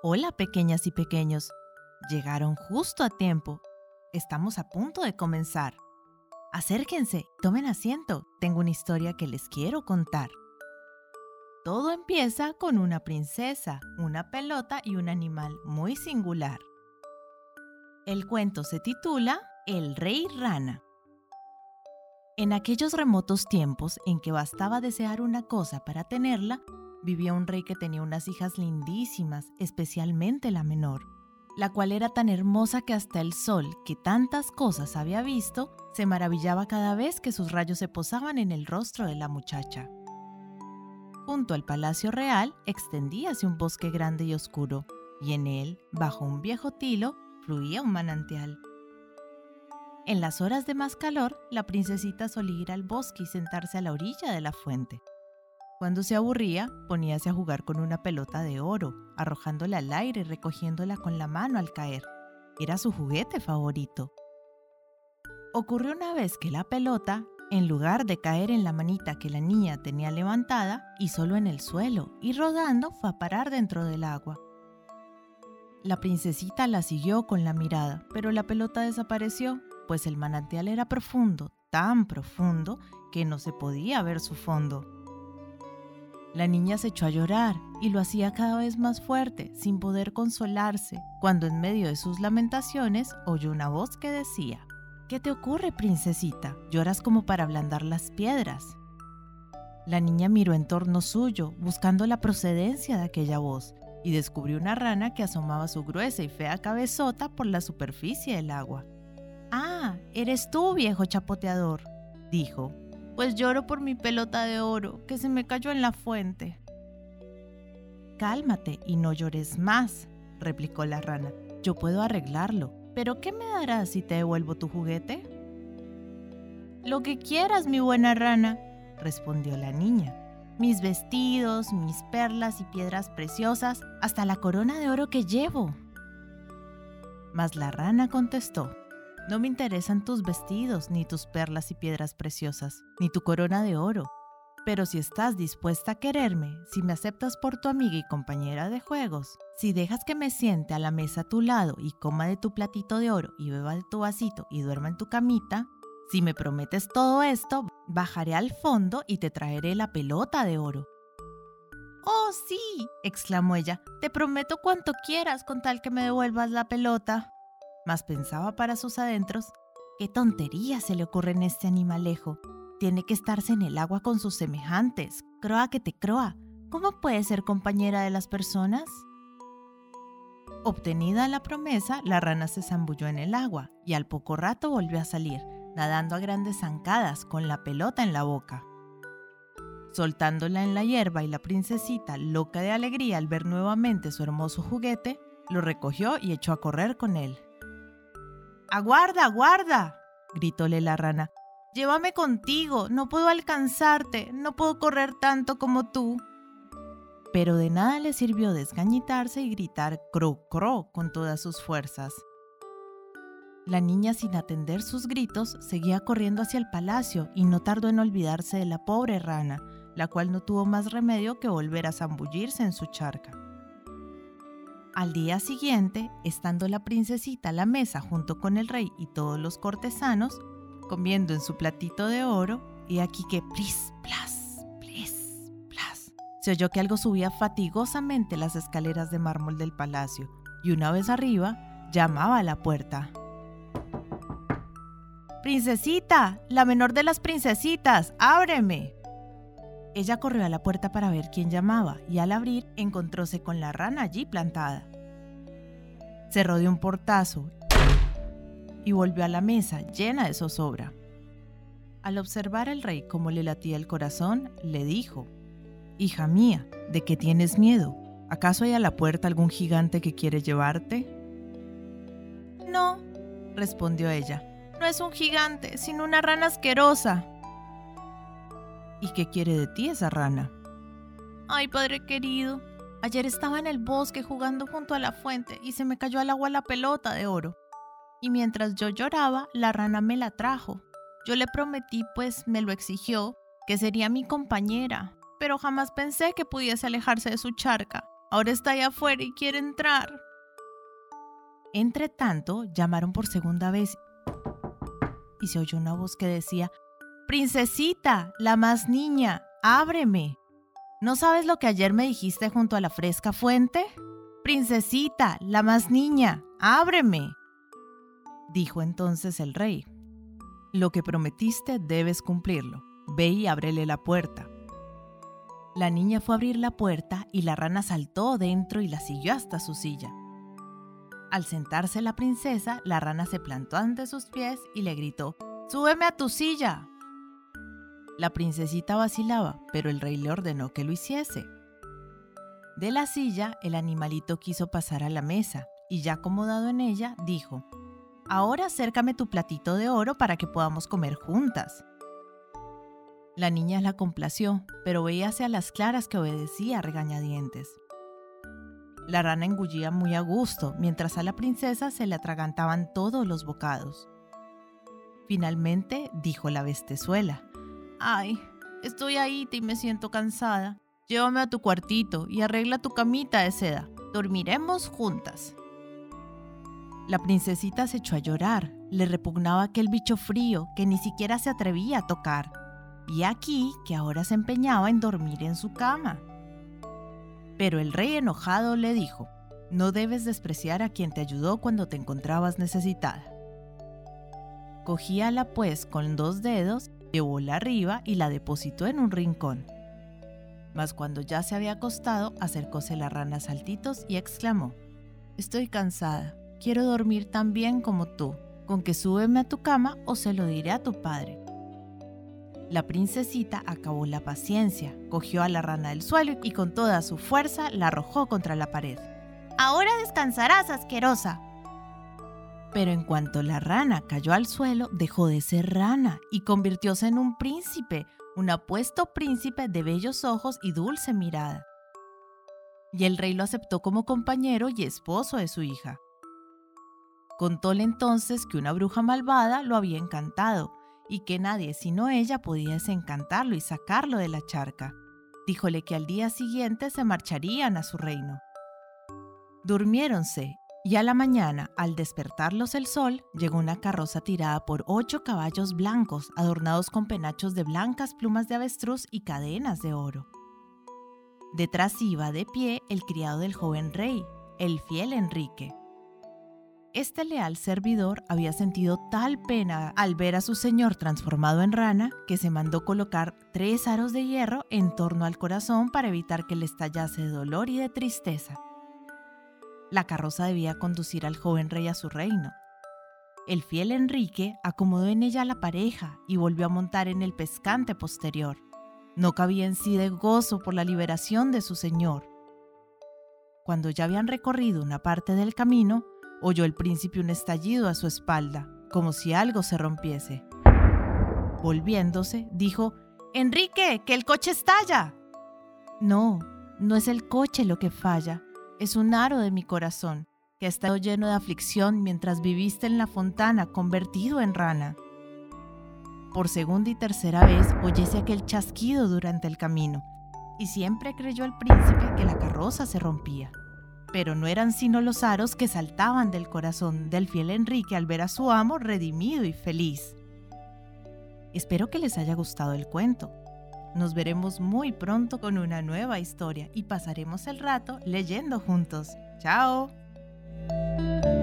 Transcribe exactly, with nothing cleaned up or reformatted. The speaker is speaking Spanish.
Hola, pequeñas y pequeños. Llegaron justo a tiempo. Estamos a punto de comenzar. Acérquense, tomen asiento. Tengo una historia que les quiero contar. Todo empieza con una princesa, una pelota y un animal muy singular. El cuento se titula El Rey Rana. En aquellos remotos tiempos en que bastaba desear una cosa para tenerla, vivía un rey que tenía unas hijas lindísimas, especialmente la menor, la cual era tan hermosa que hasta el sol, que tantas cosas había visto, se maravillaba cada vez que sus rayos se posaban en el rostro de la muchacha. Junto al palacio real extendíase un bosque grande y oscuro, y en él, bajo un viejo tilo, fluía un manantial. En las horas de más calor, la princesita solía ir al bosque y sentarse a la orilla de la fuente. Cuando se aburría, poníase a jugar con una pelota de oro, arrojándola al aire y recogiéndola con la mano al caer. Era su juguete favorito. Ocurrió una vez que la pelota, en lugar de caer en la manita que la niña tenía levantada, y solo en el suelo, y rodando, fue a parar dentro del agua. La princesita la siguió con la mirada, pero la pelota desapareció, pues el manantial era profundo, tan profundo, que no se podía ver su fondo. La niña se echó a llorar y lo hacía cada vez más fuerte, sin poder consolarse, cuando en medio de sus lamentaciones oyó una voz que decía: «¿Qué te ocurre, princesita? Lloras como para ablandar las piedras». La niña miró en torno suyo, buscando la procedencia de aquella voz, y descubrió una rana que asomaba su gruesa y fea cabezota por la superficie del agua. «Ah, eres tú, viejo chapoteador», dijo. «Pues lloro por mi pelota de oro, que se me cayó en la fuente». «Cálmate y no llores más», replicó la rana. «Yo puedo arreglarlo, pero ¿qué me darás si te devuelvo tu juguete?» «Lo que quieras, mi buena rana», respondió la niña. «Mis vestidos, mis perlas y piedras preciosas, hasta la corona de oro que llevo». Mas la rana contestó: «No me interesan tus vestidos, ni tus perlas y piedras preciosas, ni tu corona de oro. Pero si estás dispuesta a quererme, si me aceptas por tu amiga y compañera de juegos, si dejas que me siente a la mesa a tu lado y coma de tu platito de oro y beba de tu vasito y duerma en tu camita, si me prometes todo esto, bajaré al fondo y te traeré la pelota de oro». «Oh, sí», exclamó ella, «te prometo cuanto quieras con tal que me devuelvas la pelota». Mas pensaba para sus adentros: «¿Qué tontería se le ocurre en este animalejo? Tiene que estarse en el agua con sus semejantes. Croa que te croa. ¿Cómo puede ser compañera de las personas?». Obtenida la promesa, la rana se zambulló en el agua y al poco rato volvió a salir, nadando a grandes zancadas con la pelota en la boca. Soltándola en la hierba, y la princesita, loca de alegría al ver nuevamente su hermoso juguete, lo recogió y echó a correr con él. «¡Aguarda, aguarda!», gritóle la rana. «Llévame contigo, no puedo alcanzarte, no puedo correr tanto como tú». Pero de nada le sirvió desgañitarse y gritar «cro, cro» con todas sus fuerzas. La niña, sin atender sus gritos, seguía corriendo hacia el palacio y no tardó en olvidarse de la pobre rana, la cual no tuvo más remedio que volver a zambullirse en su charca. Al día siguiente, estando la princesita a la mesa junto con el rey y todos los cortesanos, comiendo en su platito de oro, y aquí que plis, plas, plis, plas, se oyó que algo subía fatigosamente las escaleras de mármol del palacio, y una vez arriba, llamaba a la puerta. «¡Princesita, la menor de las princesitas, ábreme!». Ella corrió a la puerta para ver quién llamaba, y al abrir encontróse con la rana allí plantada. Cerró de un portazo y volvió a la mesa llena de zozobra. Al observar al rey cómo le latía el corazón, le dijo: «Hija mía, ¿de qué tienes miedo? ¿Acaso hay a la puerta algún gigante que quiere llevarte?». «No», respondió ella, «no es un gigante, sino una rana asquerosa». «¿Y qué quiere de ti esa rana?». «Ay, padre querido, ayer estaba en el bosque jugando junto a la fuente y se me cayó al agua la pelota de oro. Y mientras yo lloraba, la rana me la trajo. Yo le prometí, pues me lo exigió, que sería mi compañera, pero jamás pensé que pudiese alejarse de su charca. Ahora está allá afuera y quiere entrar. Entre tanto, llamaron por segunda vez y se oyó una voz que decía: «Princesita, la más niña, ábreme. ¿No sabes lo que ayer me dijiste junto a la fresca fuente? Princesita, la más niña, ábreme». Dijo entonces el rey: «Lo que prometiste debes cumplirlo. Ve y ábrele la puerta». La niña fue a abrir la puerta y la rana saltó dentro y la siguió hasta su silla. Al sentarse la princesa, la rana se plantó ante sus pies y le gritó: «¡Súbeme a tu silla!». La princesita vacilaba, pero el rey le ordenó que lo hiciese. De la silla, el animalito quiso pasar a la mesa y ya acomodado en ella, dijo: «Ahora acércame tu platito de oro para que podamos comer juntas». La niña la complació, pero veíase a las claras que obedecía a regañadientes. La rana engullía muy a gusto, mientras a la princesa se le atragantaban todos los bocados. Finalmente dijo la bestezuela: «Ay, estoy ahí y me siento cansada. Llévame a tu cuartito y arregla tu camita de seda. Dormiremos juntas». La princesita se echó a llorar. Le repugnaba aquel bicho frío que ni siquiera se atrevía a tocar. Y aquí que ahora se empeñaba en dormir en su cama. Pero el rey enojado le dijo: «No debes despreciar a quien te ayudó cuando te encontrabas necesitada». Cogíala pues con dos dedos, llevóla arriba y la depositó en un rincón. Mas cuando ya se había acostado, acercóse la rana a saltitos y exclamó: «Estoy cansada, quiero dormir tan bien como tú. Con que súbeme a tu cama o se lo diré a tu padre». La princesita acabó la paciencia, cogió a la rana del suelo y con toda su fuerza la arrojó contra la pared. «Ahora descansarás, asquerosa». Pero en cuanto la rana cayó al suelo, dejó de ser rana y convirtióse en un príncipe, un apuesto príncipe de bellos ojos y dulce mirada. Y el rey lo aceptó como compañero y esposo de su hija. Contóle entonces que una bruja malvada lo había encantado y que nadie sino ella podía desencantarlo y sacarlo de la charca. Díjole que al día siguiente se marcharían a su reino. Durmiéronse y a la mañana, al despertarlos el sol, llegó una carroza tirada por ocho caballos blancos adornados con penachos de blancas plumas de avestruz y cadenas de oro. Detrás iba de pie el criado del joven rey, el fiel Enrique. Este leal servidor había sentido tal pena al ver a su señor transformado en rana que se mandó colocar tres aros de hierro en torno al corazón para evitar que le estallase de dolor y de tristeza. La carroza debía conducir al joven rey a su reino. El fiel Enrique acomodó en ella a la pareja y volvió a montar en el pescante posterior. No cabía en sí de gozo por la liberación de su señor. Cuando ya habían recorrido una parte del camino, oyó el príncipe un estallido a su espalda, como si algo se rompiese. Volviéndose, dijo: «Enrique, que el coche estalla». «No, no es el coche lo que falla, es un aro de mi corazón, que ha estado lleno de aflicción mientras viviste en la fontana convertido en rana». Por segunda y tercera vez oyese aquel chasquido durante el camino, y siempre creyó el príncipe que la carroza se rompía. Pero no eran sino los aros que saltaban del corazón del fiel Enrique al ver a su amo redimido y feliz. Espero que les haya gustado el cuento. Nos veremos muy pronto con una nueva historia y pasaremos el rato leyendo juntos. ¡Chao!